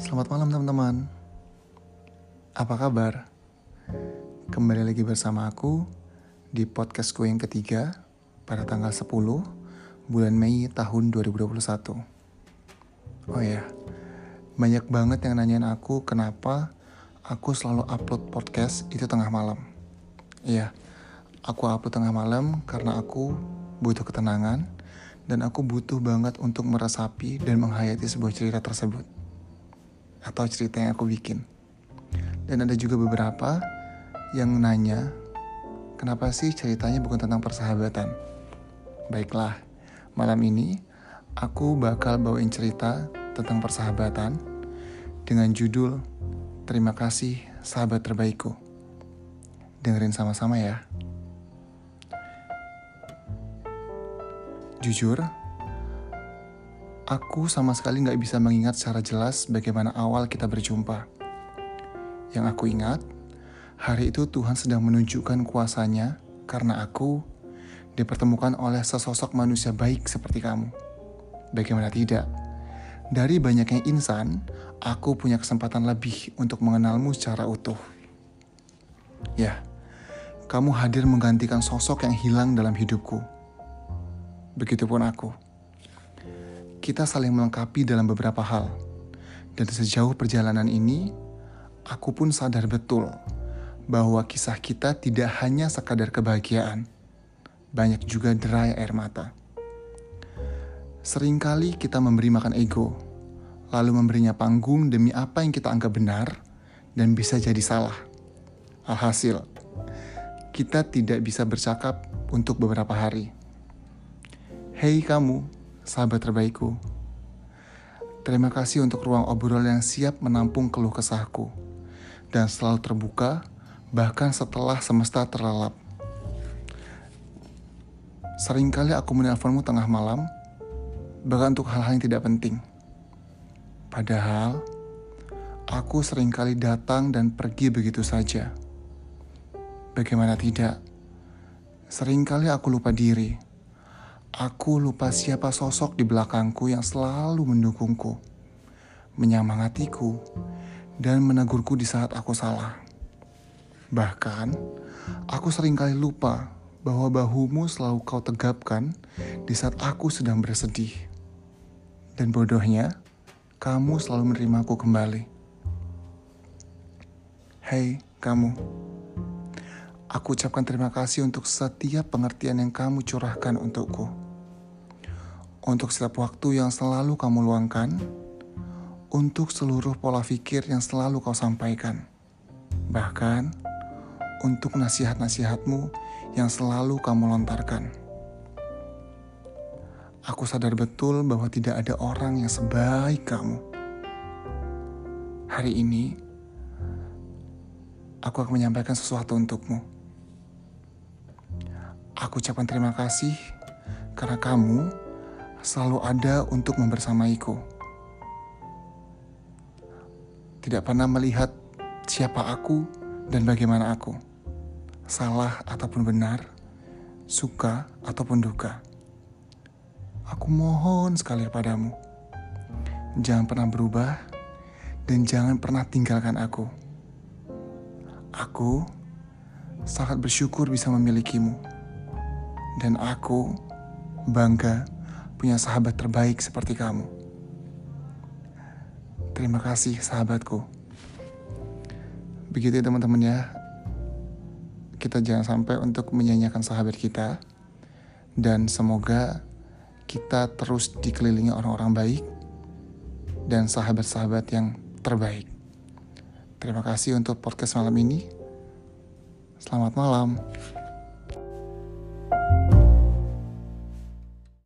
Selamat malam teman-teman. Apa kabar? Kembali lagi bersama aku di podcastku yang ketiga pada tanggal 10 bulan Mei tahun 2021. Oh ya, banyak banget yang nanyain aku kenapa aku selalu upload podcast itu tengah malam. Iya, aku upload tengah malam karena aku butuh ketenangan dan aku butuh banget untuk meresapi dan menghayati sebuah cerita tersebut atau cerita yang aku bikin. Dan ada juga beberapa yang nanya, kenapa sih ceritanya bukan tentang persahabatan? Baiklah, malam ini aku bakal bawain cerita tentang persahabatan dengan judul Terima Kasih Sahabat Terbaikku. Dengerin sama-sama ya. Jujur, aku sama sekali gak bisa mengingat secara jelas bagaimana awal kita berjumpa. Yang aku ingat, hari itu Tuhan sedang menunjukkan kuasa-Nya karena aku dipertemukan oleh sesosok manusia baik seperti kamu. Bagaimana tidak? Dari banyaknya insan, aku punya kesempatan lebih untuk mengenalmu secara utuh. Ya, kamu hadir menggantikan sosok yang hilang dalam hidupku. Begitupun aku. Kita saling melengkapi dalam beberapa hal. Dan sejauh perjalanan ini, aku pun sadar betul bahwa kisah kita tidak hanya sekadar kebahagiaan. Banyak juga derai air mata. Seringkali kita memberi makan ego, lalu memberinya panggung demi apa yang kita anggap benar dan bisa jadi salah. Alhasil, kita tidak bisa bercakap untuk beberapa hari. Hei kamu, sahabat terbaikku. Terima kasih untuk ruang obrolan yang siap menampung keluh kesahku dan selalu terbuka bahkan setelah semesta terlelap. Seringkali aku menelponmu tengah malam, bahkan untuk hal-hal yang tidak penting. Padahal, aku seringkali datang dan pergi begitu saja. Bagaimana tidak? Seringkali aku lupa diri. Aku lupa siapa sosok di belakangku yang selalu mendukungku, menyemangatiku, dan menegurku di saat aku salah. Bahkan, aku seringkali lupa bahwa bahumu selalu kau tegapkan di saat aku sedang bersedih. Dan bodohnya, kamu selalu menerimaku kembali. Hei, kamu. Aku ucapkan terima kasih untuk setiap pengertian yang kamu curahkan untukku. Untuk setiap waktu yang selalu kamu luangkan, untuk seluruh pola pikir yang selalu kau sampaikan. Bahkan, untuk nasihat-nasihatmu yang selalu kamu lontarkan. Aku sadar betul bahwa tidak ada orang yang sebaik kamu. Hari ini, aku akan menyampaikan sesuatu untukmu. Aku ucapkan terima kasih karena kamu selalu ada untuk membersamaiku. Tidak pernah melihat siapa aku dan bagaimana aku. Salah ataupun benar, suka ataupun duka. Aku mohon sekali padamu. Jangan pernah berubah dan jangan pernah tinggalkan aku. Aku sangat bersyukur bisa memilikimu. Dan aku bangga punya sahabat terbaik seperti kamu. Terima kasih sahabatku. Begitu ya teman-teman ya. Kita jangan sampai untuk menyanyiakan sahabat kita. Dan semoga kita terus dikelilingi orang-orang baik dan sahabat-sahabat yang terbaik. Terima kasih untuk podcast malam ini. Selamat malam.